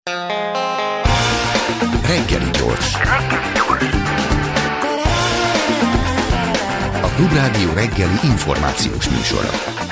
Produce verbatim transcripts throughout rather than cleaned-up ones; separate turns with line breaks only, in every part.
Reggeli gyors. A Klubrádió reggeli információs műsora.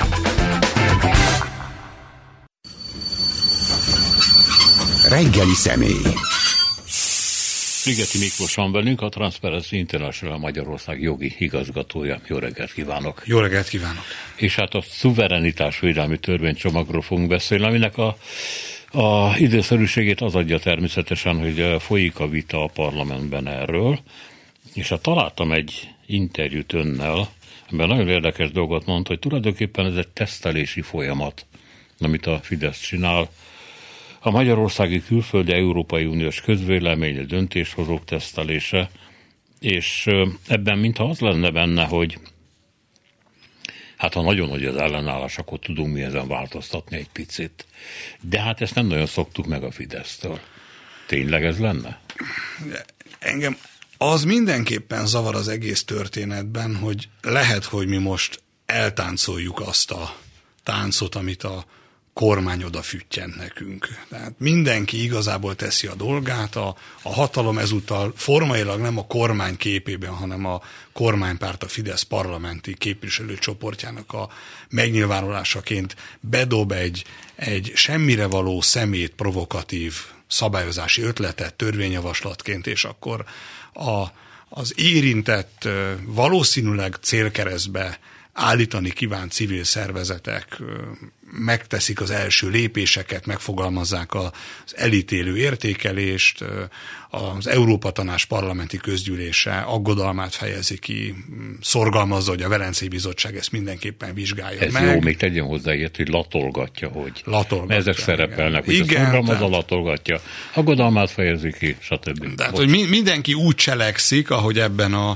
Reggeli személy.
Ligeti Miklós van velünk, a Transparency International Magyarország jogi igazgatója. Jó reggelt kívánok!
Jó reggelt kívánok!
És hát a szuverenitásvédelmi törvénycsomagról fogunk beszélni, aminek a, a időszerűségét az adja természetesen, hogy folyik a vita a parlamentben erről, és hát találtam egy interjút önnel, amiben nagyon érdekes dolgot mondta, hogy tulajdonképpen ez egy tesztelési folyamat, amit a Fidesz csinál. A magyarországi külföldi Európai Uniós közvélemény, döntéshozók tesztelése, és ebben mintha az lenne benne, hogy hát ha nagyon nagy az ellenállás, akkor tudunk mi ezen változtatni egy picit. De hát ezt nem nagyon szoktuk meg a Fidesztől. Tényleg ez lenne?
Engem az mindenképpen zavar az egész történetben, hogy lehet, hogy mi most eltáncoljuk azt a táncot, amit a kormány odafüttyent nekünk. Tehát mindenki igazából teszi a dolgát, a, a hatalom ezúttal formailag nem a kormány képében, hanem a kormánypárt, a Fidesz parlamenti képviselőcsoportjának a megnyilvánulásaként bedob egy, egy semmire való szemét provokatív szabályozási ötletet törvényjavaslatként, és akkor a, az érintett valószínűleg célkeresztbe állítani kívánt civil szervezetek megteszik az első lépéseket, megfogalmazzák az elítélő értékelést, az Európa Tanács parlamenti közgyűlése aggodalmát fejezi ki, szorgalmazza, hogy a Velencei Bizottság ezt mindenképpen vizsgálja
ez
meg.
Ez jó, még tegyen hozzá ilyet, hogy latolgatja, hogy
latolgatja,
ezek szerepelnek, hogy
igen,
a szorgalmazza,
tehát...
latolgatja, aggodalmát fejezi ki, stb.
Tehát, hogy mindenki úgy cselekszik, ahogy ebben a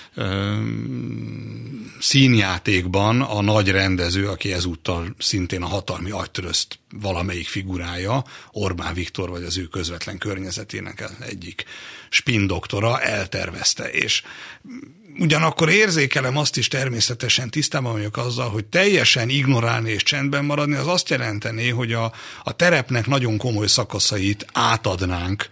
színjátékban a nagy rendező, aki ezúttal szintén a hatalmi agytörözt valamelyik figurája, Orbán Viktor vagy az ő közvetlen környezetének egyik spindoktora eltervezte. És ugyanakkor érzékelem azt is természetesen, tisztában vagyok azzal, hogy teljesen ignorálni és csendben maradni, az azt jelenteni, hogy a, a terepnek nagyon komoly szakaszait átadnánk,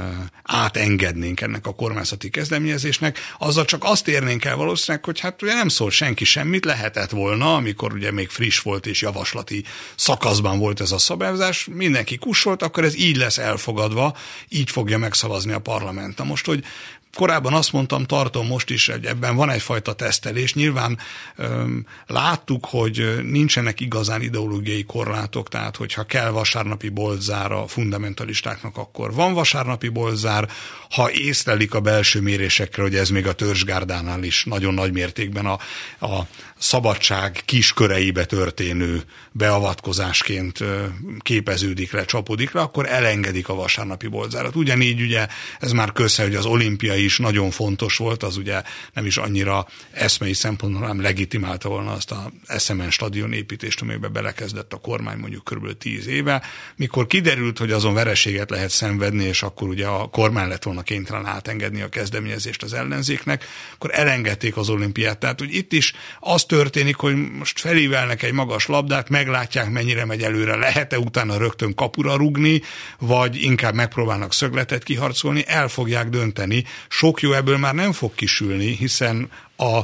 átengednénk ennek a kormányzati kezdeményezésnek, azzal csak azt érnénk el valószínűleg, hogy hát ugye nem szól senki semmit, lehetett volna, amikor ugye még friss volt és javaslati szakaszban volt ez a szabályozás, mindenki kussolt, akkor ez így lesz elfogadva, így fogja megszavazni a parlament. Na most, hogy korábban azt mondtam, tartom most is, hogy ebben van egyfajta tesztelés. Nyilván öm, láttuk, hogy nincsenek igazán ideológiai korlátok, tehát hogyha kell vasárnapi boltzár a fundamentalistáknak, akkor van vasárnapi boltzár. Ha észlelik a belső mérésekre, hogy ez még a törzsgárdánál is nagyon nagy mértékben a, a szabadság kis köreibe történő beavatkozásként képeződik le, csapódik le, akkor elengedik a vasárnapi boltzárat. Ugyanígy ugye ez már közhely, hogy az olimpia is nagyon fontos volt, az ugye nem is annyira eszmei szempontból nem legitimálta volna azt a es em en stadion építést, amiben belekezdett a kormány mondjuk kb. tíz éve. Mikor kiderült, hogy azon vereséget lehet szenvedni, és akkor ugye a kormány lett volna kénytelen átengedni a kezdeményezést az ellenzéknek, akkor elengedték az olimpiát. Tehát, hogy itt is az történik, hogy most felívelnek egy magas labdát, meglátják, mennyire megy előre, lehet-e utána rögtön kapura rugni, vagy inkább megpróbálnak szögletet kiharcolni, el fogják dönteni. Sok jó ebből már nem fog kisülni, hiszen a, a,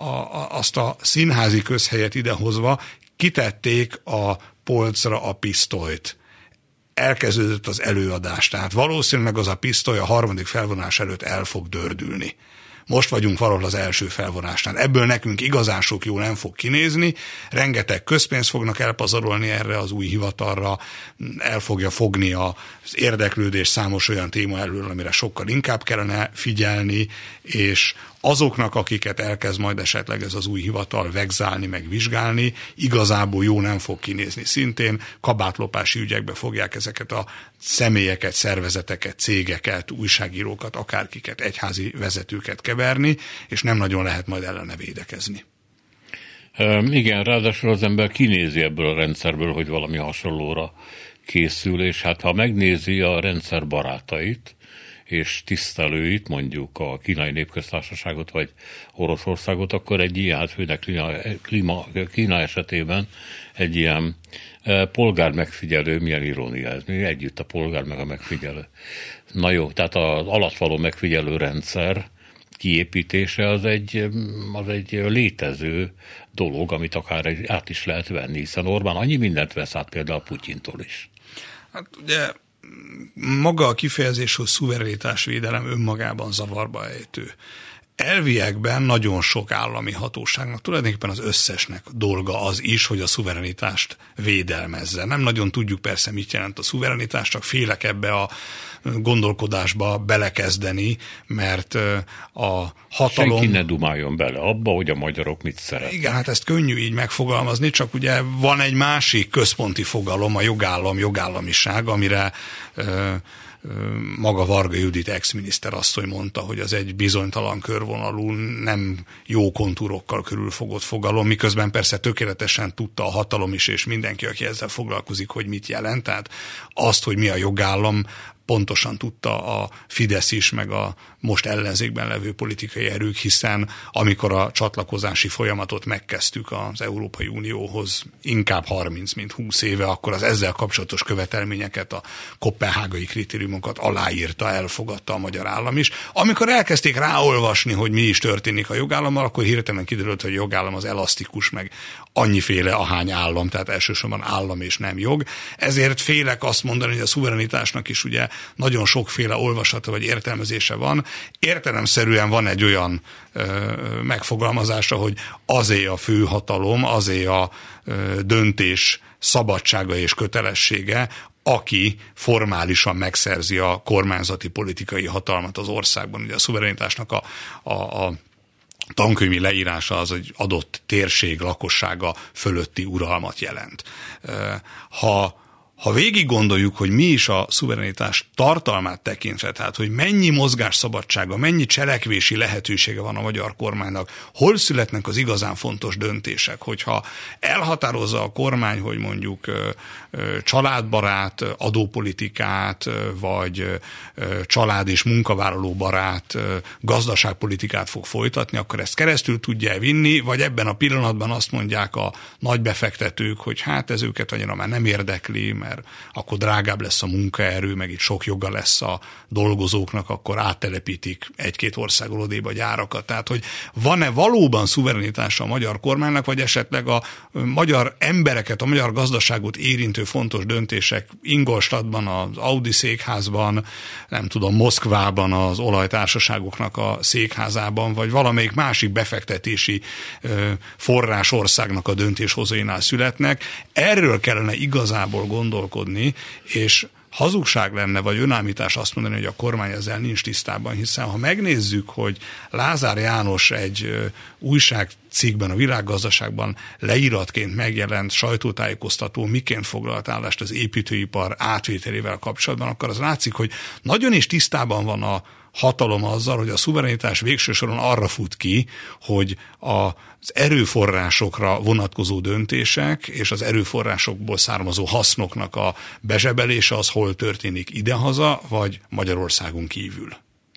a, azt a színházi közhelyet idehozva kitették a polcra a pisztolyt. Elkezdődött az előadás, tehát valószínűleg az a pisztoly a harmadik felvonás előtt el fog dördülni. Most vagyunk valahol az első felvonásnál. Ebből nekünk igazán sok jó nem fog kinézni, rengeteg közpénzt fognak elpazarolni erre az új hivatalra, el fogja fogni az érdeklődés számos olyan téma elől, amire sokkal inkább kellene figyelni, és azoknak, akiket elkezd majd esetleg ez az új hivatal vegzálni, meg vizsgálni, igazából jó nem fog kinézni. Szintén kabátlopási ügyekbe fogják ezeket a személyeket, szervezeteket, cégeket, újságírókat, akárkiket, egyházi vezetőket keverni, és nem nagyon lehet majd ellene védekezni.
Igen, ráadásul az ember kinézi ebből a rendszerből, hogy valami hasonlóra készül, és hát ha megnézi a rendszer barátait, és tisztelőit, mondjuk a Kínai Népköztársaságot vagy Oroszországot, akkor egy ilyen, hát főleg Kína, Kína, Kína esetében egy ilyen polgár megfigyelő, milyen irónia ez, mi együtt a polgár meg a megfigyelő. Na jó, tehát az alattvaló megfigyelő rendszer kiépítése az egy, az egy létező dolog, amit akár át is lehet venni, hiszen Orbán annyi mindent vesz át például Putyintól is.
Hát ugye maga a kifejezés, hogy szuverenitásvédelem önmagában zavarba ejtő. Elviekben nagyon sok állami hatóságnak, tulajdonképpen az összesnek dolga az is, hogy a szuverenitást védelmezze. Nem nagyon tudjuk persze, mit jelent a szuverenitás, csak félek ebbe a gondolkodásba belekezdeni, mert a hatalom...
Senki ne dumáljon bele abba, hogy a magyarok mit szeretnek.
Igen, hát ezt könnyű így megfogalmazni, csak ugye van egy másik központi fogalom, a jogállam, jogállamiság, amire maga Varga Judit ex-miniszter asszony mondta, hogy az egy bizonytalan körvonalú, nem jó kontúrokkal körülfogott fogalom, miközben persze tökéletesen tudta a hatalom is, és mindenki, aki ezzel foglalkozik, hogy mit jelent. Tehát azt, hogy mi a jogállam, pontosan tudta a Fidesz is, meg a most ellenzékben levő politikai erők, hiszen amikor a csatlakozási folyamatot megkezdtük az Európai Unióhoz inkább harminc, mint húsz éve, akkor az ezzel kapcsolatos követelményeket, a koppenhágai kritériumokat aláírta, elfogadta a magyar állam is. Amikor elkezdték ráolvasni, hogy mi is történik a jogállammal, akkor hirtelen kiderült, hogy a jogállam az elasztikus, meg annyiféle ahány állam, tehát elsősorban állam és nem jog. Ezért félek azt mondani, hogy a szuverenitásnak is ugye nagyon sokféle olvasata vagy értelmezése van. Értelemszerűen van egy olyan ö, megfogalmazása, hogy azé a főhatalom, azé a ö, döntés szabadsága és kötelessége, aki formálisan megszerzi a kormányzati politikai hatalmat az országban. Ugye a szuverenitásnak a, a, a tankönyvi leírása az, hogy adott térség lakossága fölötti uralmat jelent. Ha Ha végig gondoljuk, hogy mi is a szuverenitás tartalmát tekintve, tehát hogy mennyi mozgásszabadsága, mennyi cselekvési lehetősége van a magyar kormánynak, hol születnek az igazán fontos döntések, hogyha elhatározza a kormány, hogy mondjuk családbarát adópolitikát, vagy család és munkavállaló barát gazdaságpolitikát fog folytatni, akkor ezt keresztül tudja vinni, vagy ebben a pillanatban azt mondják a nagybefektetők, hogy hát ez őket annyira már nem érdekli, mert akkor drágább lesz a munkaerő, meg itt sok joga lesz a dolgozóknak, akkor áttelepítik egy-két országból odébb a gyárakat. Tehát, hogy van-e valóban szuverenitása a magyar kormánynak, vagy esetleg a magyar embereket, a magyar gazdaságot érintő fontos döntések Ingolstadtban, az Audi székházban, nem tudom, Moszkvában, az olajtársaságoknak a székházában, vagy valamelyik másik befektetési forrásországnak a döntéshozóinál születnek. Erről kellene igazából gondolkodni, és hazugság lenne, vagy önállítás azt mondani, hogy a kormány ezzel nincs tisztában, hiszen ha megnézzük, hogy Lázár János egy újságcikkben, a Világgazdaságban leíratként megjelent sajtótájékoztató miként foglalt állást az építőipar átvételével kapcsolatban, akkor az látszik, hogy nagyon is tisztában van a hatalom azzal, hogy a szuverenitás végső soron arra fut ki, hogy az erőforrásokra vonatkozó döntések és az erőforrásokból származó hasznoknak a bezsebelése az hol történik, idehaza, vagy Magyarországon kívül?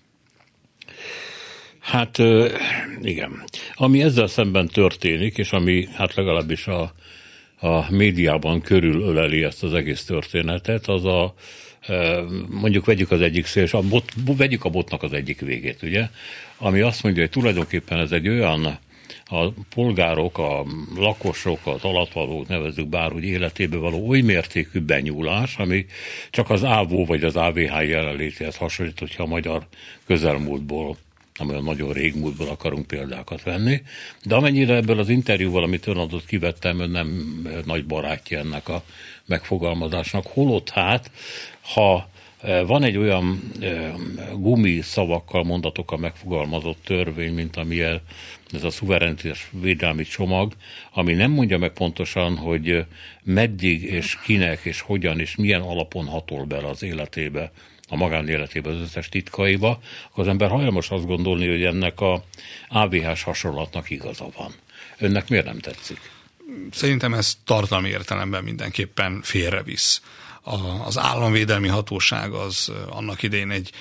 Hát igen. Ami ezzel szemben történik, és ami hát legalábbis a, a médiában körülöleli ezt az egész történetet, az a mondjuk vegyük az egyik szél, és a bot, vegyük a botnak az egyik végét, ugye? Ami azt mondja, hogy tulajdonképpen ez egy olyan a polgárok, a lakosok, az alattvalók, nevezzük bárhogy életébe való oly mértékű benyúlás, ami csak az ávó vagy az á vé há jelenlétéhez hasonlít, hogyha a magyar közelmúltból, nem olyan nagyon régmúltból akarunk példákat venni, de amennyire ebből az interjúval, amit ön adott, kivettem, ön nem nagy barátja ennek a megfogalmazásnak. Holott hát, ha van egy olyan gumi szavakkal, mondatokkal megfogalmazott törvény, mint amilyen ez a szuverenitás védelmi csomag, ami nem mondja meg pontosan, hogy meddig és kinek és hogyan és milyen alapon hatol bele az életébe, a magánéletébe, az összes titkaiba, akkor az ember hajlamos azt gondolni, hogy ennek a á vé hás hasonlatnak igaza van. Önnek miért nem tetszik?
Szerintem ez tartalmi értelemben mindenképpen félrevisz. az államvédelmi hatóság az annak idején egy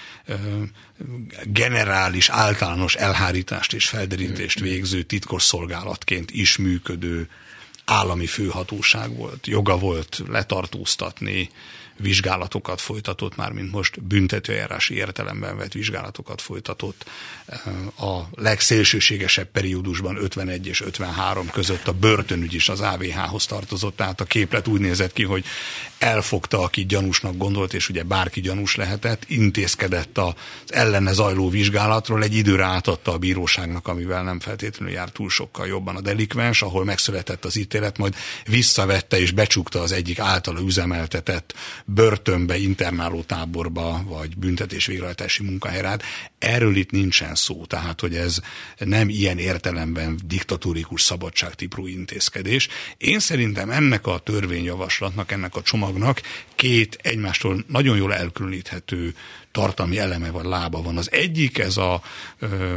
generális, általános elhárítást és felderítést végző titkosszolgálatként is működő állami főhatóság volt. Joga volt letartóztatni, vizsgálatokat folytatott, már mint most büntetőeljárási értelemben vett vizsgálatokat folytatott. A legszélsőségesebb periódusban ötvenegy és ötvenhárom között a börtönügy is az á vé há-hoz tartozott, tehát a képlet úgy nézett ki, hogy elfogta, aki gyanúsnak gondolt, és ugye bárki gyanús lehetett, intézkedett az ellene zajló vizsgálatról, egy időre átadta a bíróságnak, amivel nem feltétlenül járt túl sokkal jobban a delikvens, ahol megszületett az ítélet, majd visszavette és becsukta az egyik általa üzemeltetett börtönbe, internáló táborba, vagy büntetés végrehajtási munkahelyre. Erről itt nincsen szó, tehát hogy ez nem ilyen értelemben diktatórikus szabadságtipró intézkedés. Én szerintem ennek a törvényjavaslatnak, ennek a csomagnak két egymástól nagyon jól elkülöníthető tartalmi eleme vagy lába van. Az egyik ez a ö,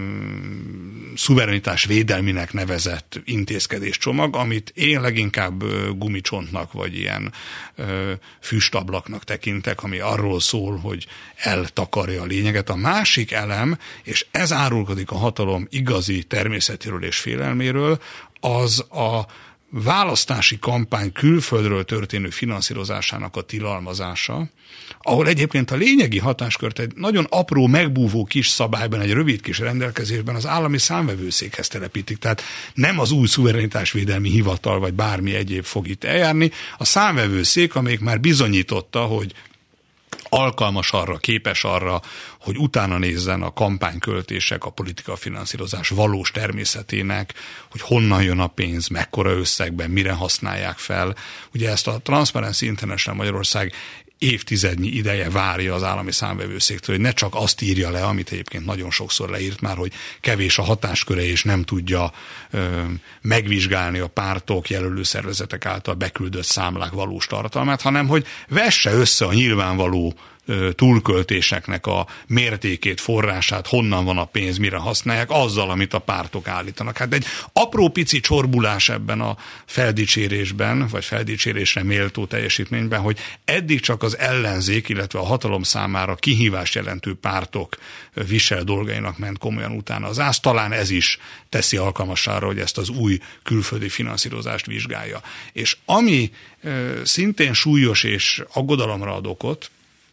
szuverenitás védelminek nevezett intézkedéscsomag, amit én leginkább ö, gumicsontnak vagy ilyen ö, füstablaknak tekintek, ami arról szól, hogy eltakarja a lényeget. A másik elem, és ez árulkodik a hatalom igazi természetéről és félelméről, az a választási kampány külföldről történő finanszírozásának a tilalmazása, ahol egyébként a lényegi hatáskört egy nagyon apró, megbúvó kis szabályban, egy rövid kis rendelkezésben az állami számvevőszékhez telepítik. Tehát nem az új szuverenitásvédelmi hivatal, vagy bármi egyéb fog itt eljárni. A számvevőszék, amelyik már bizonyította, hogy alkalmas arra, képes arra, hogy utána nézzen a kampányköltések, a politika finanszírozás valós természetének, hogy honnan jön a pénz, mekkora összegben, mire használják fel. Ugye ezt a Transparency International Magyarország évtizednyi ideje várja az állami számvevőszéktől, hogy ne csak azt írja le, amit egyébként nagyon sokszor leírt már, hogy kevés a hatásköre és nem tudja ö, megvizsgálni a pártok, jelölőszervezetek által beküldött számlák valós tartalmát, hanem hogy vesse össze a nyilvánvaló túlköltéseknek a mértékét, forrását, honnan van a pénz, mire használják, azzal, amit a pártok állítanak. Hát egy apró pici csorbulás ebben a feldicsérésben, vagy feldicsérésre méltó teljesítményben, hogy eddig csak az ellenzék, illetve a hatalom számára kihívást jelentő pártok visel dolgainak ment komolyan utána az ász. Talán ez is teszi alkalmasára, hogy ezt az új külföldi finanszírozást vizsgálja. És ami szintén súlyos és aggodalomra ad okot,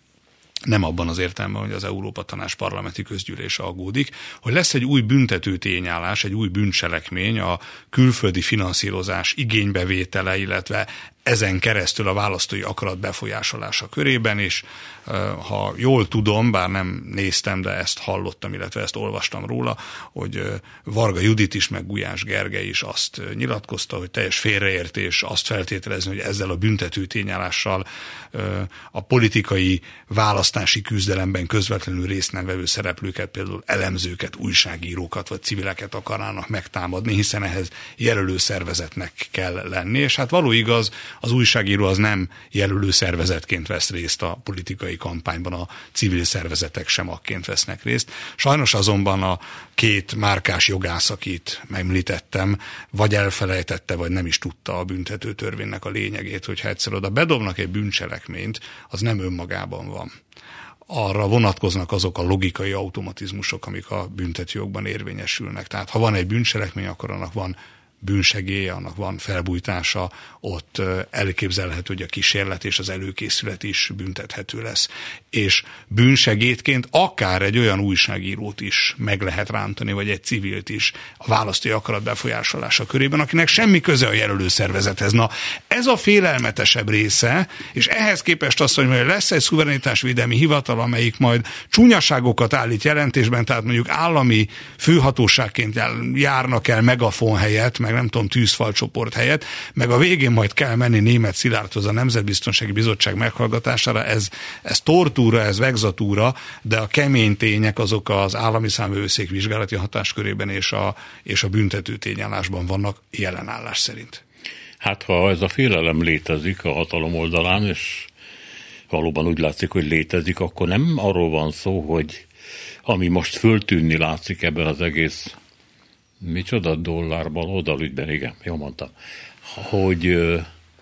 nem abban az értelemben, hogy az Európa Tanács parlamenti közgyűlése aggódik, hogy lesz egy új büntető tényállás, egy új bűncselekmény, a külföldi finanszírozás igénybevétele, illetve ezen keresztül a választói akarat befolyásolása körében, és ha jól tudom, bár nem néztem, de ezt hallottam, illetve ezt olvastam róla, hogy Varga Judit is, meg Gulyás Gergely is azt nyilatkozta, hogy teljes félreértés azt feltételezni, hogy ezzel a büntető tényállással a politikai választási küzdelemben közvetlenül részt nem vevő szereplőket, például elemzőket, újságírókat vagy civileket akarnának megtámadni, hiszen ehhez jelölő szervezetnek kell lenni, és hát való igaz, az újságíró az nem jelölő szervezetként vesz részt a politikai kampányban, a civil szervezetek sem akként vesznek részt. Sajnos azonban a két márkás jogász, akit említettem, vagy elfelejtette, vagy nem is tudta a büntető törvénynek a lényegét, hogyha egyszer oda bedobnak egy bűncselekményt, az nem önmagában van. Arra vonatkoznak azok a logikai automatizmusok, amik a büntetőjogban érvényesülnek. Tehát ha van egy bűncselekmény, akkor annak van bűnsegélye, annak van felbújtása, ott elképzelhető, hogy a kísérlet és az előkészület is büntethető lesz. És bűnsegédként akár egy olyan újságírót is meg lehet rántani, vagy egy civilt is a választói akarat befolyásolása körében, akinek semmi köze a jelölőszervezethez. Na, ez a félelmetesebb része, és ehhez képest azt, hogy majd lesz egy szuverenitásvédelmi hivatal, amelyik majd csúnyaságokat állít jelentésben, tehát mondjuk állami főhatóságként járnak el megafon helyett, meg nem tudom, tűzfalcsoport helyett, meg a végén majd kell menni Németh Szilárdhoz a Nemzetbiztonsági Bizottság meghallgatására, ez, ez tortúra, ez vegzatúra, de a kemény tények azok az állami számvevőszék vizsgálati hatáskörében és a, és a büntető tényállásban vannak jelenállás szerint.
Hát ha ez a félelem létezik a hatalom oldalán, és valóban úgy látszik, hogy létezik, akkor nem arról van szó, hogy ami most föltűnni látszik ebben az egész micsoda dollárban, oldalügyben, igen, jól mondtam, hogy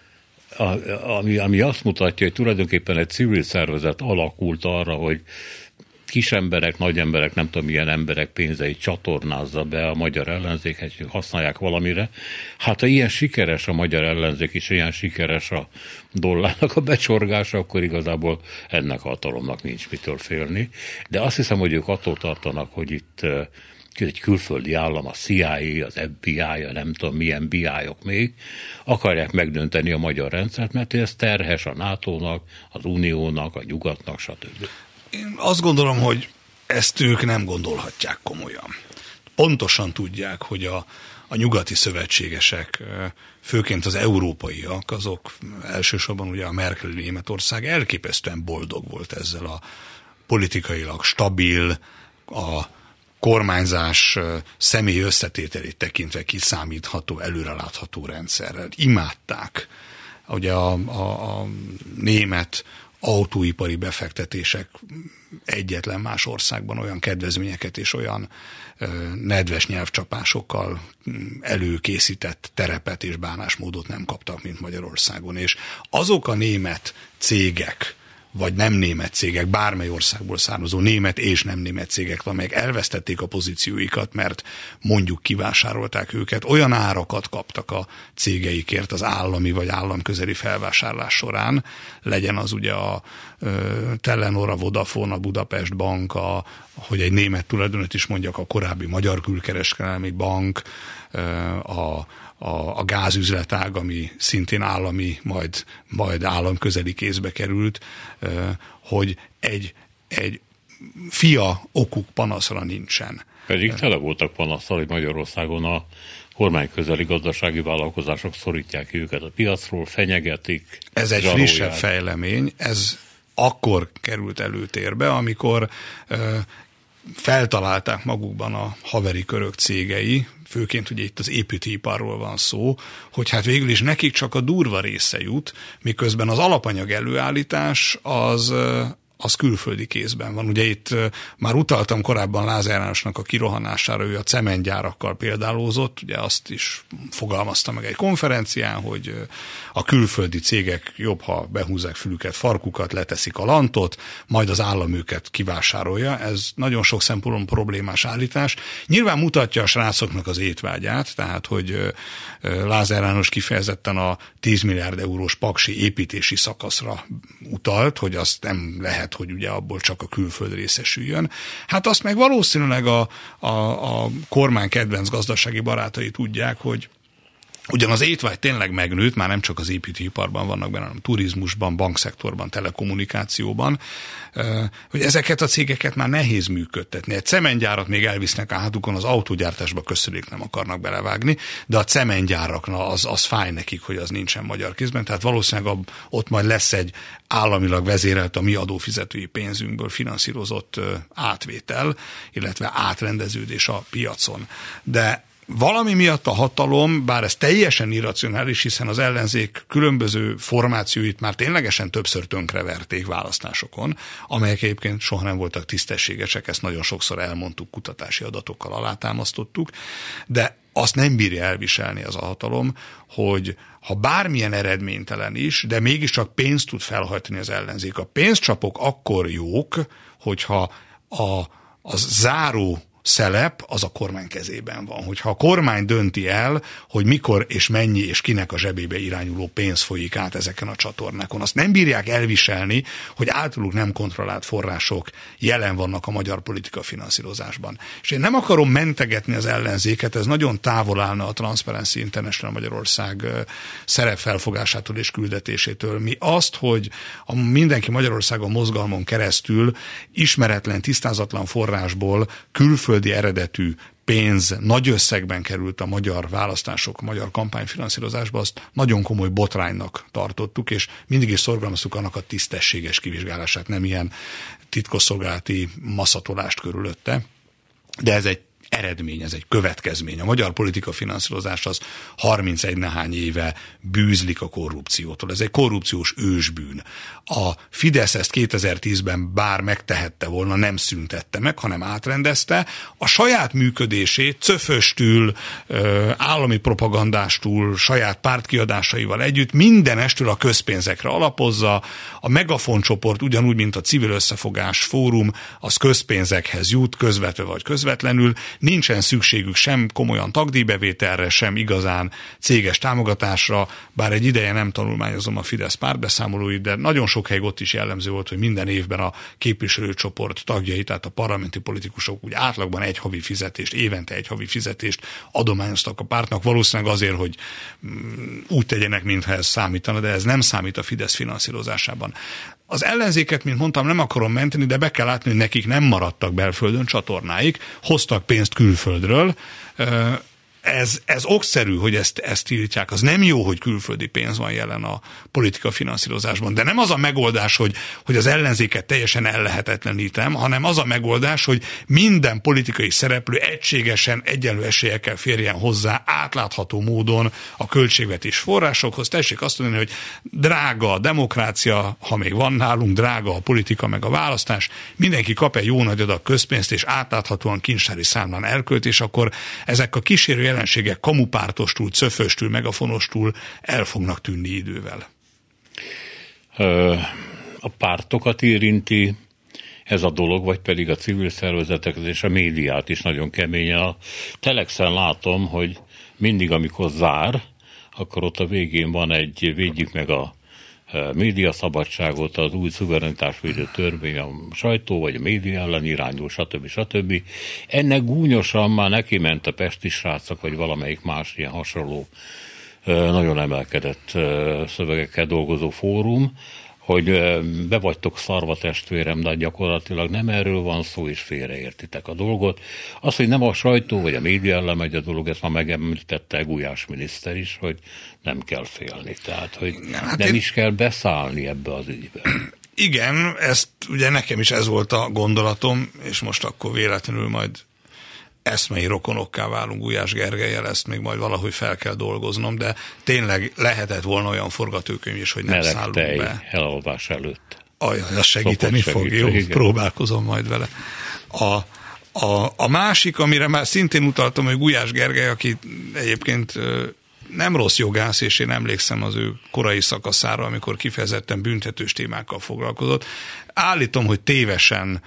ami, ami azt mutatja, hogy tulajdonképpen egy civil szervezet alakult arra, hogy kis emberek, nagy emberek, nem tudom milyen emberek pénzeit csatornázza be a magyar ellenzékhez, hogy használják valamire. Hát ha ilyen sikeres a magyar ellenzék, és ilyen sikeres a dollárnak a becsorgása, akkor igazából ennek a hatalomnak nincs mitől félni. De azt hiszem, hogy ők attól tartanak, hogy itt egy külföldi állam, a C I A, az F B I, a nem tudom milyen B I-ok még, akarják megdönteni a magyar rendszert, mert ez terhes a nátónak, az Uniónak, a nyugatnak, stb.
Én azt gondolom, hogy ezt ők nem gondolhatják komolyan. Pontosan tudják, hogy a, a nyugati szövetségesek, főként az európaiak, azok elsősorban ugye a Merkel Németország elképesztően boldog volt ezzel a politikailag stabil, a kormányzás személyi összetételét tekintve kiszámítható, előrelátható rendszerrel. Imádták. Ugye a, a, a német autóipari befektetések egyetlen más országban olyan kedvezményeket és olyan ö, nedves nyelvcsapásokkal előkészített terepet és bánásmódot nem kaptak, mint Magyarországon. És azok a német cégek, vagy nem német cégek, bármely országból származó német és nem német cégek, amelyek elvesztették a pozícióikat, mert mondjuk kivásárolták őket, olyan árakat kaptak a cégeikért az állami vagy államközeli felvásárlás során, legyen az ugye a Telenor, a Vodafone, a Budapest Bank, a, hogy egy német tulajdonot is mondjak, a korábbi Magyar Külkereskedelmi Bank, a A, a gázüzletág, ami szintén állami, majd, majd államközeli kézbe került, hogy egy, egy fia okuk panaszra nincsen.
Pedig tele voltak panaszsal, hogy Magyarországon a kormányközeli gazdasági vállalkozások szorítják őket a piacról, fenyegetik.
Ez egy
zsarolják.
Frissebb fejlemény, ez akkor került előtérbe, amikor feltalálták magukban a haveri körök cégei, főként ugye itt az építőiparról van szó, hogy hát végül is nekik csak a durva része jut, miközben az alapanyag előállítás az, az külföldi kézben van. Ugye itt már utaltam korábban Lázár Jánosnak a kirohanására, ő a cementgyárakkal példálózott, ugye azt is fogalmazta meg egy konferencián, hogy a külföldi cégek jobb, ha behúzzák fülüket, farkukat, leteszik a lantot, majd az állam őket kivásárolja. Ez nagyon sok szempontból problémás állítás. Nyilván mutatja a srácoknak az étvágyát, tehát hogy Lázár János kifejezetten a tíz milliárd eurós paksi építési szakaszra utalt, hogy azt nem lehet, hogy ugye abból csak a külföld részesüljön. Hát azt meg valószínűleg a, a, a kormány kedvenc gazdasági barátai tudják, hogy ugyan az étvágy tényleg megnőtt, már nem csak az építőiparban vannak benne, hanem turizmusban, bankszektorban, telekommunikációban, hogy ezeket a cégeket már nehéz működtetni. Egy cementgyárat még elvisznek a hátukon, az autógyártásba köszönjük nem akarnak belevágni, de a cementgyáraknak az, az fáj nekik, hogy az nincsen magyar kézben, tehát valószínűleg ott majd lesz egy államilag vezérelt a mi adófizetői pénzünkből finanszírozott átvétel, illetve átrendeződés a piacon. De valami miatt a hatalom, bár ez teljesen irracionális, hiszen az ellenzék különböző formációit már ténylegesen többször tönkreverték választásokon, amelyek egyébként soha nem voltak tisztességesek, ezt nagyon sokszor elmondtuk, kutatási adatokkal alátámasztottuk, de azt nem bírja elviselni az a hatalom, hogy ha bármilyen eredménytelen is, de mégiscsak pénzt tud felhajtani az ellenzék. A pénzcsapok akkor jók, hogyha a, a záró szelep az a kormány kezében van. Hogyha a kormány dönti el, hogy mikor és mennyi és kinek a zsebébe irányuló pénz folyik át ezeken a csatornákon, azt nem bírják elviselni, hogy általuk nem kontrollált források jelen vannak a magyar politika finanszírozásban. És én nem akarom mentegetni az ellenzéket, ez nagyon távol állna a Transparency International Magyarország szerepfelfogásától és küldetésétől. Mi azt, hogy a Mindenki Magyarországon mozgalmon keresztül ismeretlen, tisztázatlan forrásból külföldi eredetű pénz nagy összegben került a magyar választások, a magyar kampányfinanszírozásba, azt nagyon komoly botránynak tartottuk, és mindig is szorgalmaztuk annak a tisztességes kivizsgálását, nem ilyen titkosszolgálati maszatolást körülötte. De ez egy eredmény, ez egy következmény. A magyar politika finanszírozás az harmincegy nehány éve bűzlik a korrupciótól. Ez egy korrupciós ősbűn. A Fidesz ezt kétezer-tízben bár megtehette volna, nem szüntette meg, hanem átrendezte. A saját működését cöföstül, állami propagandástól, saját pártkiadásaival együtt mindenestől a közpénzekre alapozza. A Megafon csoport ugyanúgy, mint a Civil Összefogás Fórum, az közpénzekhez jut, közvetve vagy közvetlenül. Nincsen szükségük sem komolyan tagdíjbevételre, sem igazán céges támogatásra, bár egy ideje nem tanulmányozom a Fidesz pártbeszámolóit, de nagyon sok hely ott is jellemző volt, hogy minden évben a képviselőcsoport tagjai, tehát a parlamenti politikusok úgy átlagban egy havi fizetést, évente egy havi fizetést adományoztak a pártnak, valószínűleg azért, hogy úgy tegyenek, mintha ez számítana, de ez nem számít a Fidesz finanszírozásában. Az ellenzéket, mint mondtam, nem akarom menteni, de be kell látni, hogy nekik nem maradtak belföldön csatornáik, hoztak pénzt külföldről. Ez, ez okszerű, hogy ezt, ezt tiltják. Az nem jó, hogy külföldi pénz van jelen a politika finanszírozásban. De nem az a megoldás, hogy, hogy az ellenzéket teljesen ellehetetlenítem, hanem az a megoldás, hogy minden politikai szereplő egységesen, egyenlő esélyekkel férjen hozzá átlátható módon a költségvetés forrásokhoz. Tessék azt mondani, hogy drága a demokrácia, ha még van nálunk, drága a politika meg a választás, mindenki kap egy jó nagy adag közpénzt, és átláthatóan kincstári számlán elkölt, és akkor ezek a kísérő jelenségek kamupártostól, cöföstől, megafonostól el fognak tűnni idővel.
A pártokat érinti ez a dolog, vagy pedig a civil szervezeteket és a médiát is nagyon keményen. A Telexen látom, hogy mindig, amikor zár, akkor ott a végén van egy védjük meg a médiaszabadságot, az új szuverenitásvédő törvény, a sajtó vagy a média ellen irányul, stb. stb. Ennek gúnyosan már neki ment a pesti srácok, vagy valamelyik más ilyen hasonló, nagyon emelkedett szövegekkel dolgozó fórum, hogy be vagytok szarva, testvérem, de gyakorlatilag nem erről van szó, és félreértitek a dolgot. Az, hogy nem a sajtó vagy a média ellen megy a dolog, ezt már megemlítette Gulyás miniszter is, hogy nem kell félni, tehát hogy nem, hát nem én... is kell beszállni ebbe az ügybe.
Igen, ezt ugye nekem is ez volt a gondolatom, és most akkor véletlenül majd eszmei rokonokká válunk Gulyás Gergellyel, ezt még majd valahogy fel kell dolgoznom, de tényleg lehetett volna olyan forgatókönyv is, hogy nem
Meleg
szállunk
tej
be.
elalvás előtt.
Ajaj, az segíteni fog, segíteni, jó, igen. Próbálkozom majd vele. A, a, a másik, amire már szintén utaltam, hogy Gulyás Gergely, aki egyébként nem rossz jogász, és én emlékszem az ő korai szakaszára, amikor kifejezetten büntetős témákkal foglalkozott. Állítom, hogy tévesen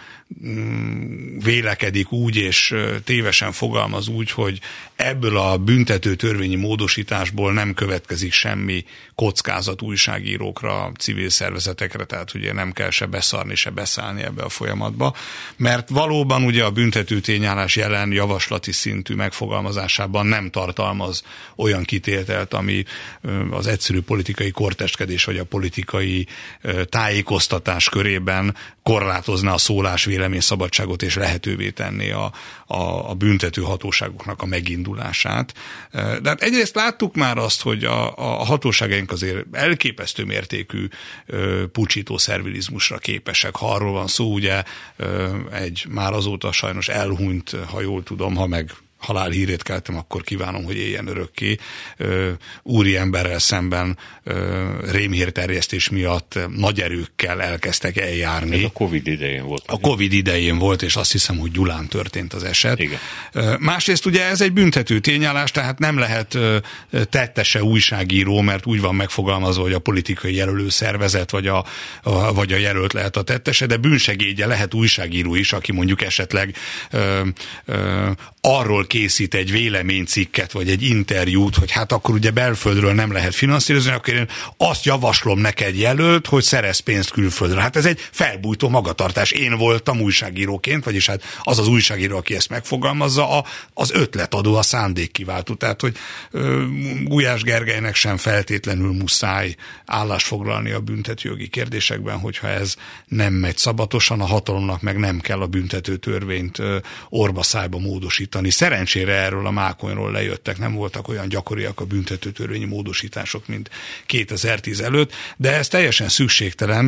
vélekedik úgy, és tévesen fogalmaz úgy, hogy ebből a büntető törvényi módosításból nem következik semmi kockázat újságírókra, civil szervezetekre, tehát ugye nem kell se beszarni, se beszállni ebbe a folyamatba, mert valóban ugye a büntető tényállás jelen javaslati szintű megfogalmazásában nem tartalmaz olyan kitételt, ami az egyszerű politikai korteskedés vagy a politikai tájékoztatás körében korlátozná a szólás véleményszabadságot és lehetővé tenni a, a, a büntető hatóságoknak a megindulását. De hát egyrészt láttuk már azt, hogy a, a hatóságaink azért elképesztő mértékű ö, pucsító szervilizmusra képesek. Ha arról van szó, ugye ö, egy már azóta sajnos elhunyt, ha jól tudom, ha meg halálhírét keltem, akkor kívánom, hogy éljen örökké. Úri emberrel szemben rémhírterjesztés miatt nagy erőkkel elkezdtek eljárni.
Ez a Covid idején volt.
A Covid idején volt, és azt hiszem, hogy Gyulán történt az eset.
Igen.
Másrészt ugye ez egy büntető tényállás, tehát nem lehet tettese újságíró, mert úgy van megfogalmazva, hogy a politikai jelölő szervezet vagy a, a, vagy a jelölt lehet a tettese, de bűnsegédje lehet újságíró is, aki mondjuk esetleg ö, ö, arról készít egy véleménycikket, vagy egy interjút, hogy hát akkor ugye belföldről nem lehet finanszírozni, akkor én azt javaslom neked jelölt, hogy szerez pénzt külföldre. Hát ez egy felbújtó magatartás. Én voltam újságíróként, vagyis hát az az újságíró, aki ezt megfogalmazza, a, az ötletadó, a szándékkiváltó. Tehát, hogy ö, Gulyás Gergelynek sem feltétlenül muszáj állást foglalni a büntetőjogi kérdésekben, hogyha ez nem megy szabatosan, a hatalomnak meg nem kell a büntető törvényt ö, orba szájba módosítani. Szerencsére erről a mákonyról lejöttek, nem voltak olyan gyakoriak a büntetőtörvényi módosítások, mint kétezer-tíz előtt, de ez teljesen szükségtelen,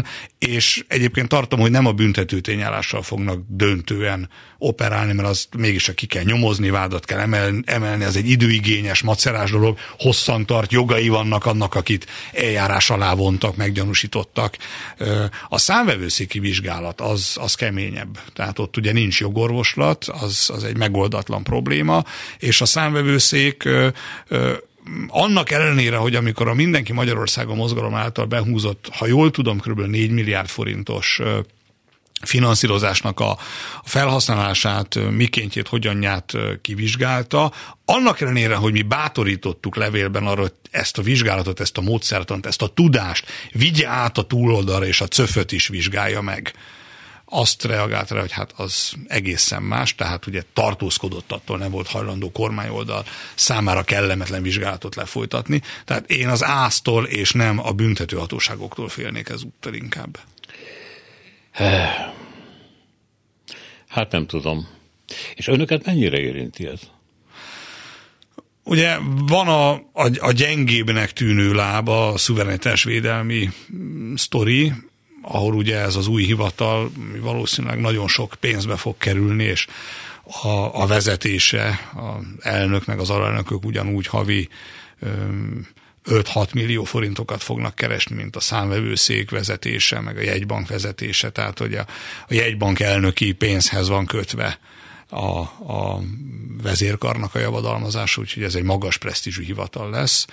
és egyébként tartom, hogy nem a büntető tényállással fognak döntően operálni, mert az mégis ki kell nyomozni, vádat kell emelni, emelni, ez egy időigényes, macerás dolog, hosszan tart, jogai vannak annak, akit eljárás alá vontak, meggyanúsítottak. A számvevőszéki vizsgálat az, az keményebb, tehát ott ugye nincs jogorvoslat, az, az egy megoldatlan probléma, és a számvevőszék annak ellenére, hogy amikor a Mindenki Magyarországon mozgalom által behúzott, ha jól tudom, kb. négy milliárd forintos finanszírozásnak a felhasználását, mikéntjét, hogyanját kivizsgálta, annak ellenére, hogy mi bátorítottuk levélben arra, hogy ezt a vizsgálatot, ezt a módszertant, ezt a tudást vigye át a túloldalra, és a cöföt is vizsgálja meg, azt reagált rá, hogy hát az egészen más, tehát ugye tartózkodott attól, nem volt hajlandó kormányoldal számára kellemetlen vizsgálatot lefolytatni. Tehát én az áztól és nem a büntetőhatóságoktól félnék ezúttal inkább.
Hát nem tudom. És önöket mennyire érinti ez?
Ugye van a, a, a gyengébbnek tűnő lába, a szuverenitásvédelmi sztori, ahol ugye ez az új hivatal valószínűleg nagyon sok pénzbe fog kerülni, és a, a vezetése, az elnök meg az alelnökök ugyanúgy havi öt-hat millió forintokat fognak keresni, mint a számvevőszék vezetése, meg a jegybank vezetése, tehát hogy a, a jegybank elnöki pénzhez van kötve a, a vezérkarnak a javadalmazása, úgyhogy ez egy magas presztízsű hivatal lesz.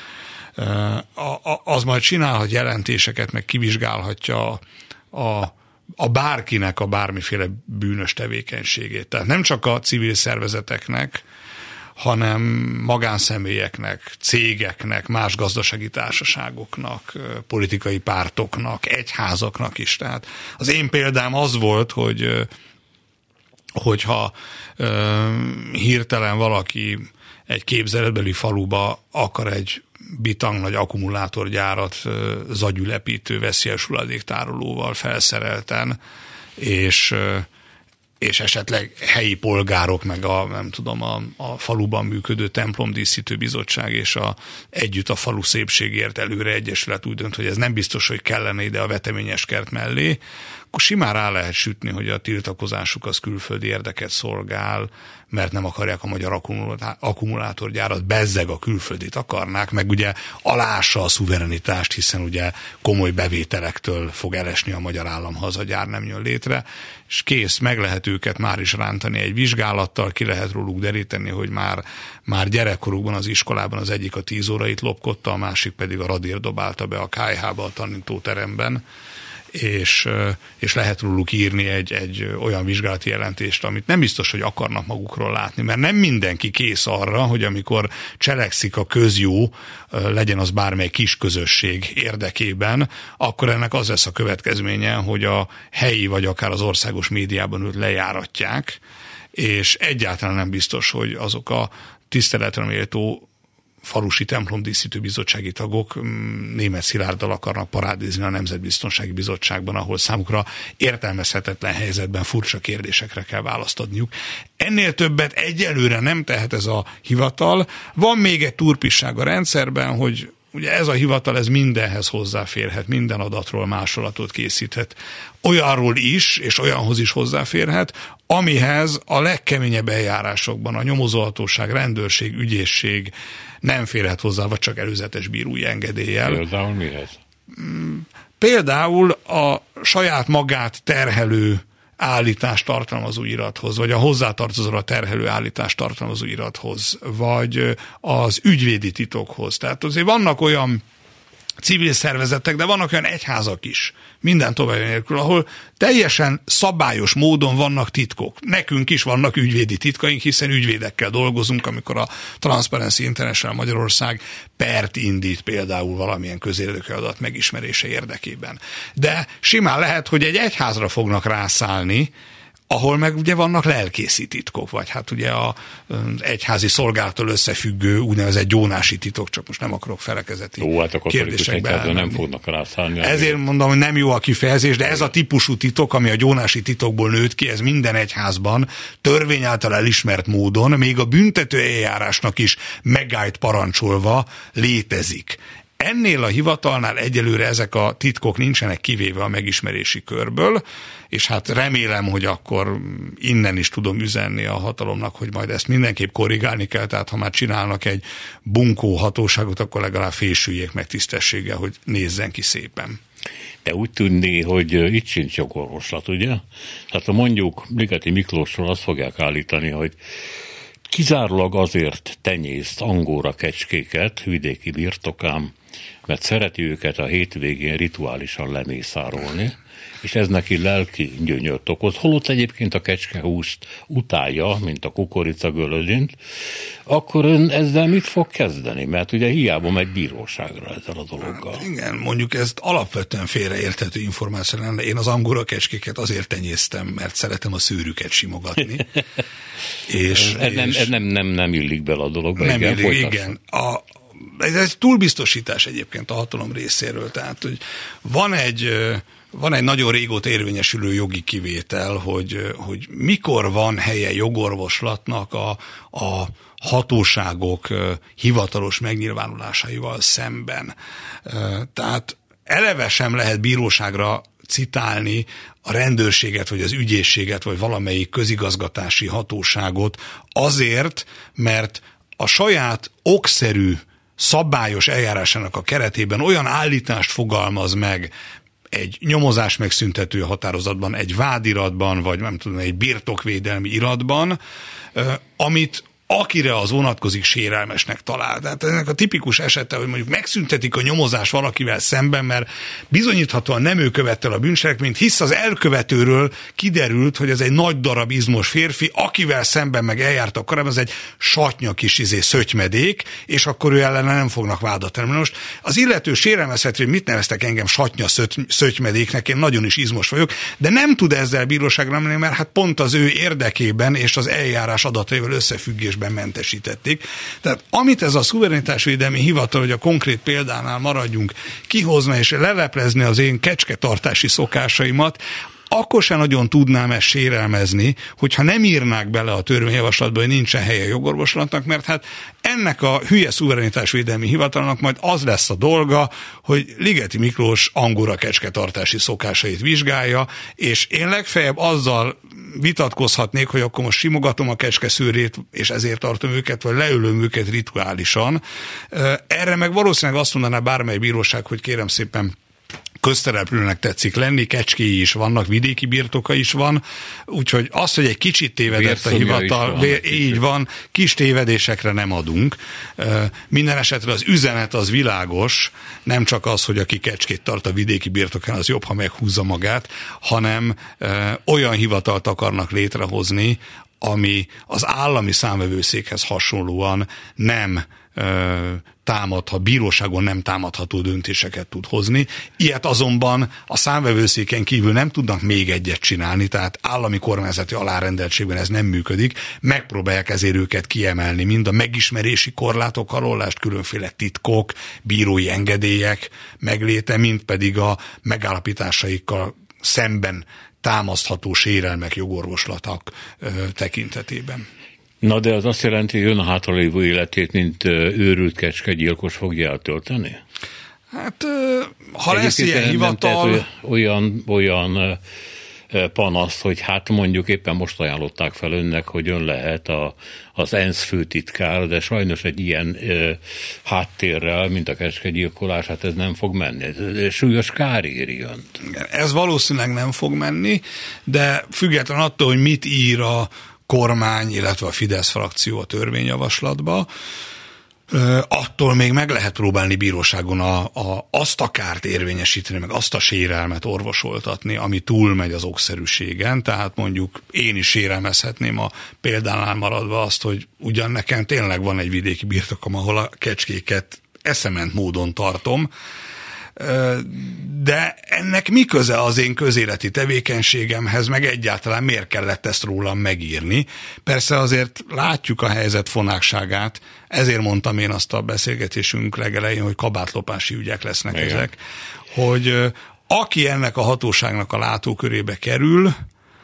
Az majd csinálhat jelentéseket, meg kivizsgálhatja a, a bárkinek a bármiféle bűnös tevékenységét. Tehát nem csak a civil szervezeteknek, hanem magánszemélyeknek, cégeknek, más gazdasági társaságoknak, politikai pártoknak, egyházaknak is. Tehát az én példám az volt, hogy hogyha hirtelen valaki egy képzeletbeli faluba akar egy bitang nagy akkumulátorgyárat zagyülepítő veszélyes hulladéktárolóval felszerelten, és, és esetleg helyi polgárok, meg a, nem tudom, a, a faluban működő templomdíszítő bizottság és a, együtt a falu szépségért előre egyesület úgy dönt, hogy ez nem biztos, hogy kellene ide a veteményes kert mellé, akkor simán rá lehet sütni, hogy a tiltakozásuk az külföldi érdeket szolgál, mert nem akarják a magyar akkumulátorgyárat, bezzeg a külföldit akarnák, meg ugye alássa a szuverenitást, hiszen ugye komoly bevételektől fog elesni a magyar állam, ha az a gyár nem jön létre, és kész, meg lehet őket már is rántani egy vizsgálattal, ki lehet róluk deríteni, hogy már, már gyerekkorukban az iskolában az egyik a tíz órait lopkodta, a másik pedig a radír dobálta be a ká há-ba a tanítóteremben, és, és lehet róluk írni egy, egy olyan vizsgálati jelentést, amit nem biztos, hogy akarnak magukról látni, mert nem mindenki kész arra, hogy amikor cselekszik a közjó, legyen az bármely kis közösség érdekében, akkor ennek az lesz a következménye, hogy a helyi vagy akár az országos médiában őt lejáratják, és egyáltalán nem biztos, hogy azok a tiszteletre méltó falusi templomdíszítő bizottsági tagok Németh Szilárddal akarnak parádézni a Nemzetbiztonsági Bizottságban, ahol számukra értelmezhetetlen helyzetben furcsa kérdésekre kell választ adniuk. Ennél többet egyelőre nem tehet ez a hivatal. Van még egy turpisság a rendszerben, hogy ugye ez a hivatal ez mindenhez hozzáférhet, minden adatról másolatot készíthet. Olyanról is, és olyanhoz is hozzáférhet, amihez a legkeményebb eljárásokban a nyomozóhatóság, rendőrség, ügyészség nem férhet hozzá, vagy csak előzetes bírói engedéllyel.
Például mihez?
Például a saját magát terhelő állítást tartalmazó irathoz, vagy a hozzátartozóra terhelő állítást tartalmazó irathoz, vagy az ügyvédi titokhoz. Tehát azért vannak olyan civil szervezetek, de vannak olyan egyházak is, minden további nélkül, ahol teljesen szabályos módon vannak titkok. Nekünk is vannak ügyvédi titkaink, hiszen ügyvédekkel dolgozunk, amikor a Transparency International Magyarország pert indít például valamilyen közérdekű adat megismerése érdekében. De simán lehet, hogy egy egyházra fognak rászállni, ahol meg ugye vannak lelkészi titkok, vagy hát ugye az egyházi szolgálattól összefüggő úgynevezett gyónási titok, csak most nem akarok felekezeti
Ó, hát a
kérdésekbe
nem fognak rászállni.
Ezért mondom, hogy nem jó a kifejezés, de ez a típusú titok, ami a gyónási titokból nőtt ki, ez minden egyházban törvény által elismert módon, még a büntető eljárásnak is megállt parancsolva létezik. Ennél a hivatalnál egyelőre ezek a titkok nincsenek kivéve a megismerési körből, és hát remélem, hogy akkor innen is tudom üzenni a hatalomnak, hogy majd ezt mindenképp korrigálni kell, tehát ha már csinálnak egy bunkó hatóságot, akkor legalább fésüljék meg tisztességgel, hogy nézzen ki szépen.
De úgy tűnni, hogy itt sincs jogorvoslat, ugye? Tehát ha mondjuk Ligeti Miklósról azt fogják állítani, hogy kizárólag azért tenyészt angóra kecskéket vidéki birtokám, mert szereti őket a hétvégén rituálisan lemészárolni, és ez neki lelki gyönyört okoz. Holott egyébként a kecskehúst utálja, mint a kukoricagölödint, akkor ön ezzel mit fog kezdeni? Mert ugye hiába megy bíróságra ezzel a dologgal. Hát
igen, mondjuk ezt alapvetően félreérthető információ lenne. Én az angora kecskéket azért tenyésztem, mert szeretem a szőrüket simogatni. és,
ez
és
nem, ez nem, nem, nem illik bele a dologba.
Nem
igen,
illik, igen. A, ez egy túlbiztosítás egyébként a hatalom részéről. Tehát, hogy van egy... Van egy nagyon régóta érvényesülő jogi kivétel, hogy, hogy mikor van helye jogorvoslatnak a, a hatóságok hivatalos megnyilvánulásaival szemben. Tehát eleve sem lehet bíróságra citálni a rendőrséget, vagy az ügyészséget, vagy valamelyik közigazgatási hatóságot azért, mert a saját okszerű, szabályos eljárásának a keretében olyan állítást fogalmaz meg, egy nyomozás megszüntető határozatban, egy vádiratban, vagy nem tudom, egy birtokvédelmi iratban, amit akire az vonatkozik sérelmesnek talál. Tehát ennek a tipikus esete, hogy mondjuk megszüntetik a nyomozás valakivel szemben, mert bizonyíthatóan nem ő követte el a bűncselekményt, hisz az elkövetőről kiderült, hogy ez egy nagy darab izmos férfi, akivel szemben meg eljártak korábban, ez egy satnya kis izé szötymedék, és akkor ő ellene nem fognak vádat emelni. Most az illető sérelmezhető, hogy mit neveztek engem satnya szötymedéknek, én nagyon is izmos vagyok, de nem tud ezzel bíróságra menni, mert hát pont az ő érdekében és az eljárás adataival összefüggésben mentesítették. Tehát amit ez a szuverenitásvédelmi hivatal, hogy a konkrét példánál maradjunk, kihozna és leleplezni az én kecsketartási szokásaimat, akkor sem nagyon tudnám ezt sérelmezni, hogyha nem írnák bele a törvényjavaslatba, hogy nincsen helye jogorvoslatnak, mert hát ennek a hülye szuverenitásvédelmi hivatalnak majd az lesz a dolga, hogy Ligeti Miklós angora kecsketartási szokásait vizsgálja, és én legfeljebb azzal vitatkozhatnék, hogy akkor most simogatom a kecske szőrét, és ezért tartom őket, vagy leülöm őket rituálisan. Erre meg valószínűleg azt mondaná bármely bíróság, hogy kérem szépen, köztereplőnek tetszik lenni, kecskéi is vannak, vidéki birtoka is van, úgyhogy az, hogy egy kicsit tévedett a hivatal, van, vér, így van, kis tévedésekre nem adunk. Minden esetre az üzenet az világos, nem csak az, hogy aki kecskét tart a vidéki birtokán, az jobb, ha meghúzza magát, hanem olyan hivatalt akarnak létrehozni, ami az állami számvevőszékhez hasonlóan nem támadhat, bíróságon nem támadható döntéseket tud hozni. Ilyet azonban a számvevőszéken kívül nem tudnak még egyet csinálni, tehát állami kormányzati alárendeltségben ez nem működik. Megpróbálják ezért őket kiemelni, mind a megismerési korlátok alól, különféle titkok, bírói engedélyek megléte, mind pedig a megállapításaikkal szemben támasztható sérelmek, jogorvoslatok ö, tekintetében.
Na de az azt jelenti, hogy ön a hátralévő életét, mint őrült kecskegyilkos fogja eltölteni?
Hát, ha lesz ilyen hivatal...
Nem, olyan, olyan panaszt, hogy hát mondjuk éppen most ajánlották fel önnek, hogy ön lehet a, az ENSZ főtitkár, de sajnos egy ilyen e, háttérrel, mint a kecskegyilkolás, hát ez nem fog menni. Ez súlyos kár éri önt.
Ez valószínűleg nem fog menni, de független attól, hogy mit ír a kormány, illetve a Fidesz frakció a törvényjavaslatba, attól még meg lehet próbálni bíróságon a, a, azt a kárt érvényesíteni, meg azt a sérelmet orvosoltatni, ami túlmegy az okszerűségen, tehát mondjuk én is sérelmezhetném a példánál maradva azt, hogy ugyan nekem tényleg van egy vidéki birtokom, ahol a kecskéket eszement módon tartom, de ennek mi köze az én közéleti tevékenységemhez, meg egyáltalán miért kellett ezt rólam megírni? Persze azért látjuk a helyzet fonákságát, ezért mondtam én azt a beszélgetésünk legelején, hogy kabátlopási ügyek lesznek igen. ezek, hogy aki ennek a hatóságnak a látókörébe kerül,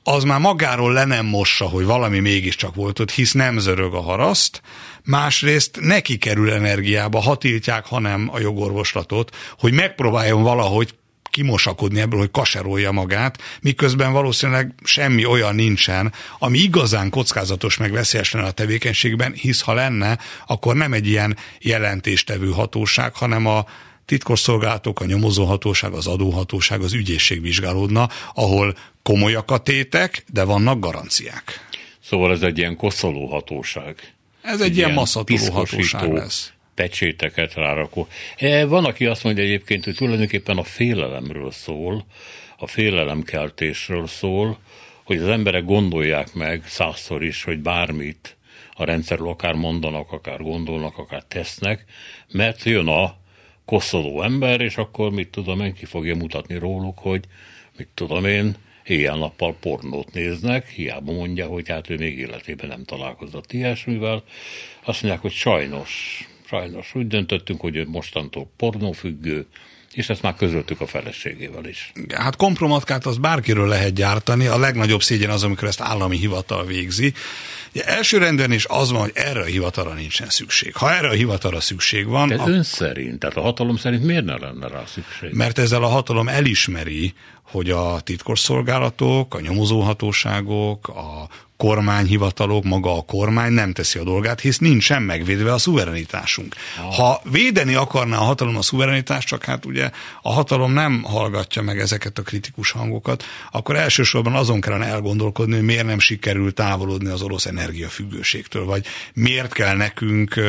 az már magáról le nem mossa, hogy valami mégiscsak volt ott, hisz nem zörög a haraszt, másrészt neki kerül energiába, ha tiltják, hanem a jogorvoslatot, hogy megpróbáljon valahogy kimosakodni ebből, hogy kaserolja magát, miközben valószínűleg semmi olyan nincsen, ami igazán kockázatos meg veszélyes lenne a tevékenységben, hisz ha lenne, akkor nem egy ilyen jelentéstevő hatóság, hanem a titkosszolgálatok, a nyomozóhatóság, az adóhatóság, az ügyészség vizsgálódna, ahol komolyak a tétek, de vannak garanciák.
Szóval ez egy ilyen koszoló hatóság.
Ez egy, egy ilyen masszatoló hatóság lesz.
Pecséteket rárakó. Van, aki azt mondja egyébként, hogy tulajdonképpen a félelemről szól, a félelemkeltésről szól, hogy az emberek gondolják meg százszor is, hogy bármit a rendszerről akár mondanak, akár gondolnak, akár tesznek, mert jön a koszoló ember, és akkor mit tudom én, ki fogja mutatni róluk, hogy mit tudom én, éjjel-nappal pornót néznek, hiába mondja, hogy hát ő még életében nem találkozott ilyesmivel. Azt mondják, hogy sajnos, sajnos úgy döntöttünk, hogy ő mostantól pornófüggő, és ezt már közöltük a feleségével is.
Hát kompromatkát az bárkiről lehet gyártani, a legnagyobb szégyen az, amikor ezt állami hivatal végzi. Ugye elsőrendben is az van, hogy erre a hivatalra nincsen szükség. Ha erre a hivatalra szükség van...
De
a...
ön szerint, tehát a hatalom szerint miért ne lenne rá szükség?
Mert ezzel a hatalom elismeri, hogy a titkosszolgálatok, a nyomozóhatóságok, a kormányhivatalok, maga a kormány nem teszi a dolgát, hisz nincsen megvédve a szuverenitásunk. Ah. Ha védeni akarná a hatalom a szuverenitást, csak hát ugye a hatalom nem hallgatja meg ezeket a kritikus hangokat, akkor elsősorban azon kellene elgondolkodni, hogy miért nem sikerül távolodni az orosz energiafüggőségtől, vagy miért kell nekünk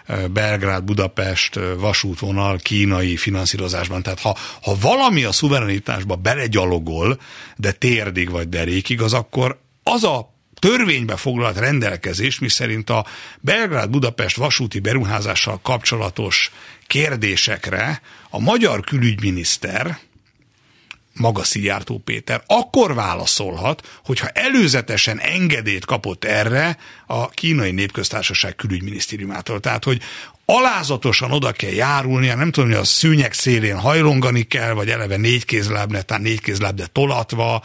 Belgrád-Budapest vasútvonal kínai finanszírozásban. Tehát ha, ha valami a szuverenitásba belegyalogol, de térdig vagy derékig, az akkor az a törvénybe foglalt rendelkezés, miszerint a Belgrád-Budapest vasúti beruházással kapcsolatos kérdésekre a magyar külügyminiszter, maga Szijjártó Péter, akkor válaszolhat, hogyha előzetesen engedélyt kapott erre a Kínai Népköztársaság külügyminisztériumától. Tehát, hogy alázatosan oda kell járulnia, nem tudom, hogy a szűnyeg szélén hajlongani kell, vagy eleve négy kézláb, netán négy kézláb, de tolatva,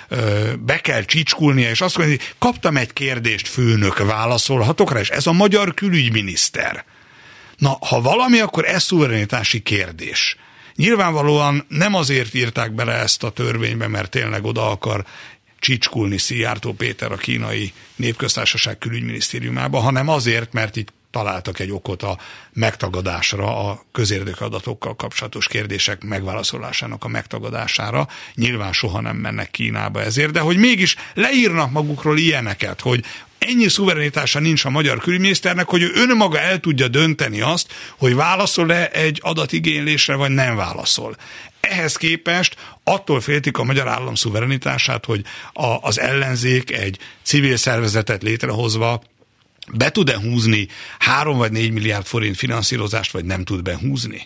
be kell csicskulnia, és azt mondja, hogy kaptam egy kérdést, főnök, válaszolhatok rá, és ez a magyar külügyminiszter. Na, ha valami, akkor ez szuverenitási kérdés. Nyilvánvalóan nem azért írták bele ezt a törvénybe, mert tényleg oda akar csicskulni Szijjártó Péter a Kínai Népköztársaság külügyminisztériumába, hanem azért, mert itt találtak egy okot a megtagadásra, a közérdekű adatokkal kapcsolatos kérdések megválaszolásának a megtagadására. Nyilván soha nem mennek Kínába ezért, de hogy mégis leírnak magukról ilyeneket, hogy ennyi szuverenitása nincs a magyar külügyminiszternek, hogy ő önmaga el tudja dönteni azt, hogy válaszol-e egy adatigénylésre, vagy nem válaszol. Ehhez képest attól féltik a magyar állam szuverenitását, hogy a, az ellenzék egy civil szervezetet létrehozva be tud-e húzni három vagy négy milliárd forint finanszírozást, vagy nem tud behúzni?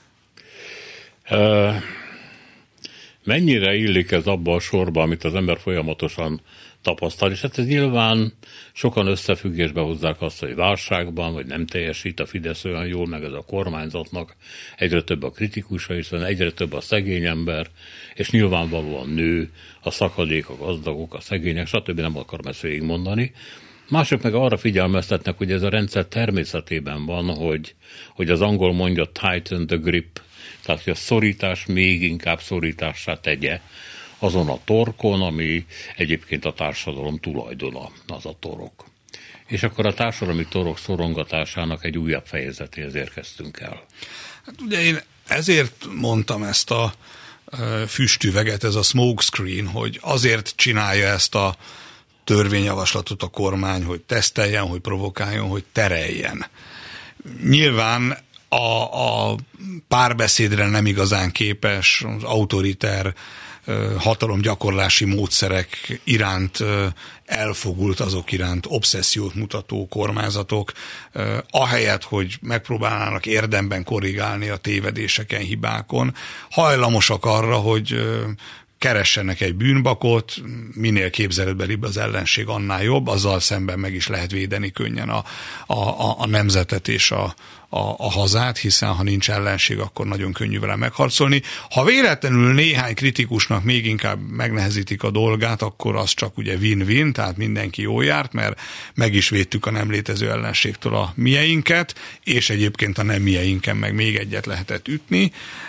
Uh, mennyire illik ez abba a sorba, amit az ember folyamatosan tapasztal, és hát ez nyilván sokan összefüggésbe hozzák azt, hogy válságban, vagy nem teljesít a Fidesz olyan jól, meg ez a kormányzatnak egyre több a kritikusa, hiszen egyre több a szegény ember, és nyilvánvalóan nő a szakadék, a gazdagok, a szegények, stb. Nem akarom ezt végigmondani. Mások meg arra figyelmeztetnek, hogy ez a rendszer természetében van, hogy, hogy az angol mondja tighten the grip, tehát hogy a szorítás még inkább szorítássá tegye azon a torkon, ami egyébként a társadalom tulajdona, az a torok. És akkor a társadalmi torok szorongatásának egy újabb fejezetéhez érkeztünk el.
Hát ugye én ezért mondtam ezt a füstüveget, ez a smokescreen, hogy azért csinálja ezt a törvényjavaslatot a kormány, hogy teszteljen, hogy provokáljon, hogy tereljen. Nyilván a, a párbeszédre nem igazán képes, az autoriter hatalomgyakorlási módszerek iránt elfogult, azok iránt obszessziót mutató kormányzatok, ahelyett, hogy megpróbálnának érdemben korrigálni a tévedéseken, hibákon, hajlamosak arra, hogy keressenek egy bűnbakot, minél képzeletbelibb az ellenség, annál jobb, azzal szemben meg is lehet védeni könnyen a, a, a nemzetet és a, a, a hazát, hiszen ha nincs ellenség, akkor nagyon könnyű vele megharcolni. Ha véletlenül néhány kritikusnak még inkább megnehezítik a dolgát, akkor az csak ugye win-win, tehát mindenki jól járt, mert meg is védtük a nem létező ellenségtől a mieinket, és egyébként a nem mieinken meg még egyet lehetett ütni.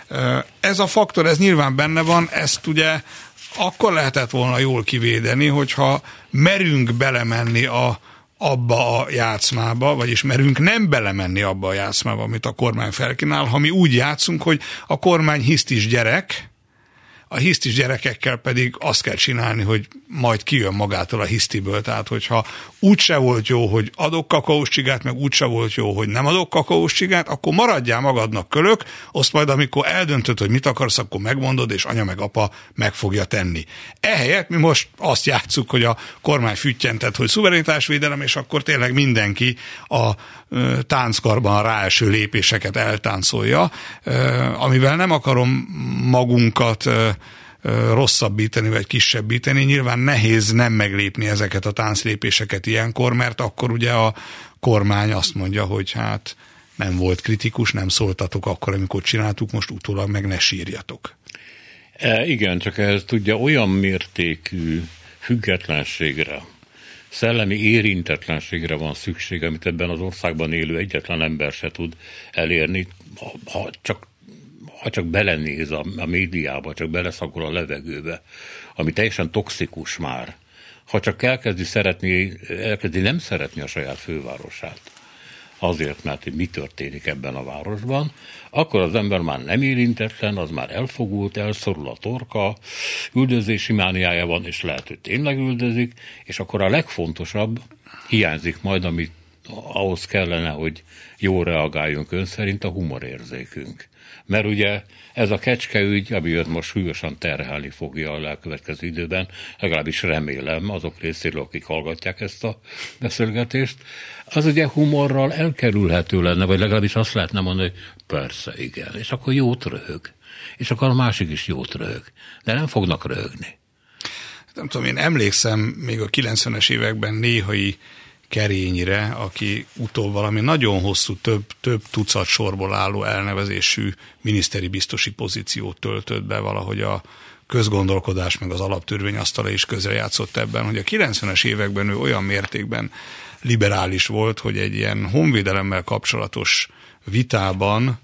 Ez a faktor, ez nyilván benne van, ezt ugye akkor lehetett volna jól kivédeni, hogyha merünk belemenni a, abba a játszmába, vagyis merünk nem belemenni abba a játszmába, amit a kormány felkínál, ha mi úgy játszunk, hogy a kormány hisztis gyerek, a hisztis gyerekekkel pedig azt kell csinálni, hogy majd kijön magától a hisztiből. Tehát, hogyha úgyse volt jó, hogy adok kakaós csigát, meg úgyse volt jó, hogy nem adok kakaós csigát, akkor maradjál magadnak kölök, azt majd amikor eldöntöd, hogy mit akarsz, akkor megmondod, és anya meg apa meg fogja tenni. Ehelyett mi most azt játsszuk, hogy a kormány füttyentett, hogy szuverenitásvédelem, és akkor tényleg mindenki a tánckarban a ráeső lépéseket eltáncolja, amivel nem akarom magunkat rosszabbítani, vagy kisebbíteni. Nyilván nehéz nem meglépni ezeket a tánclépéseket ilyenkor, mert akkor ugye a kormány azt mondja, hogy hát nem volt kritikus, nem szóltatok akkor, amikor csináltuk, most utólag meg ne sírjatok.
E, igen, csak ehhez tudja olyan mértékű függetlenségre, szellemi érintetlenségre van szükség, amit ebben az országban élő egyetlen ember se tud elérni, ha csak, ha csak belenéz a, a médiába, csak beleszakol a levegőbe, ami teljesen toxikus már. Ha csak elkezdi szeretni, elkezdi nem szeretni a saját fővárosát, azért, mert hogy mi történik ebben a városban, akkor az ember már nem érintetlen, az már elfogult, elszorul a torka, üldözési mániája van, és lehet, hogy tényleg üldözik, és akkor a legfontosabb hiányzik majd, amit ahhoz kellene, hogy jól reagáljunk ön szerint, a humorérzékünk. Mert ugye ez a kecskeügy, ami őt most súlyosan terhelni fogja a elkövetkező időben, legalábbis remélem azok részéről, akik hallgatják ezt a beszélgetést, az ugye humorral elkerülhető lenne, vagy legalábbis azt lehetne mondani, hogy persze, igen, és akkor jót röhög. És akkor a másik is jót röhög. De nem fognak röhögni.
Nem tudom, én emlékszem még a kilencvenes években Néhai Kerényre, aki utóbb valami nagyon hosszú, több, több tucat sorból álló elnevezésű miniszteri biztosi pozíciót töltött be, valahogy a közgondolkodás meg az alaptörvény asztala is közrejátszott ebben, hogy a kilencvenes években ő olyan mértékben liberális volt, hogy egy ilyen honvédelemmel kapcsolatos vitában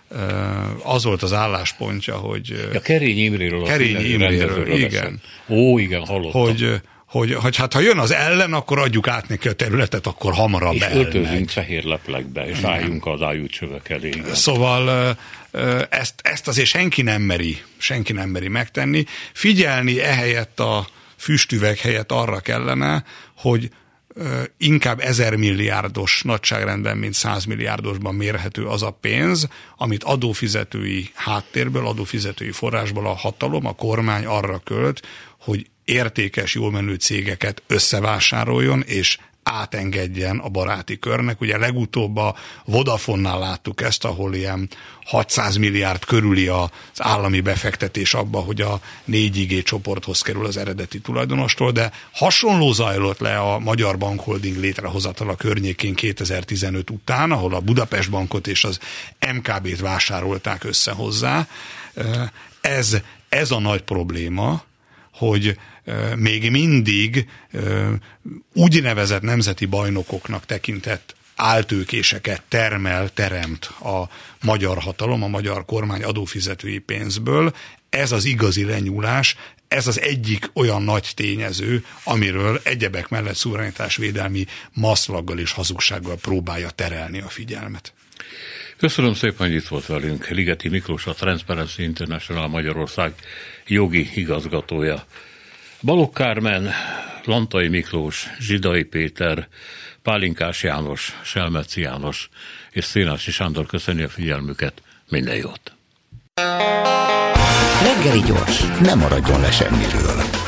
az volt az álláspontja, hogy...
A Kerény Imréről.
Kerény Imréről, igen.
Ó, igen, hallottam.
Hogy, hogy, hogy hát ha jön az ellen, akkor adjuk át neki a területet, akkor hamarabb
és
elmegy. És
öltözünk fehér leplekbe, és igen, álljunk az ájúcsövek elé. Igen.
Szóval ezt, ezt azért senki nem meri, senki nem meri megtenni. Figyelni ehelyett a füstüveg helyett arra kellene, hogy inkább ezer milliárdos nagyságrendben, mint száz milliárdosban mérhető az a pénz, amit adófizetői háttérből, adófizetői forrásból a hatalom, a kormány arra költ, hogy értékes, jól menő cégeket összevásároljon, és átengedjen a baráti körnek. Ugye legutóbb a Vodafonnál láttuk ezt, ahol ilyen hatszáz milliárd körüli az állami befektetés abba, hogy a négy G csoporthoz kerül az eredeti tulajdonostól, de hasonló zajlott le a Magyar Bankholding létrehozatala környékén kétezer-tizenöt után, ahol a Budapest Bankot és az em ká bé-t vásárolták össze hozzá. Ez, ez a nagy probléma, hogy még mindig úgynevezett nemzeti bajnokoknak tekintett áltőkéseket termel, teremt a magyar hatalom, a magyar kormány adófizetői pénzből. Ez az igazi lenyúlás, ez az egyik olyan nagy tényező, amiről egyebek mellett szuverenitásvédelmi maszlaggal és hazugsággal próbálja terelni a figyelmet.
Köszönöm szépen, hogy itt volt velünk Ligeti Miklós, a Transparency International Magyarország jogi igazgatója. Balogh Kármen, Lantai Miklós, Zsidai Péter, Pálinkás János, Selmeci János és Szénási Sándor köszöni a figyelmüket. Minden jót!
Reggeli gyors, nem maradjon le semmiről.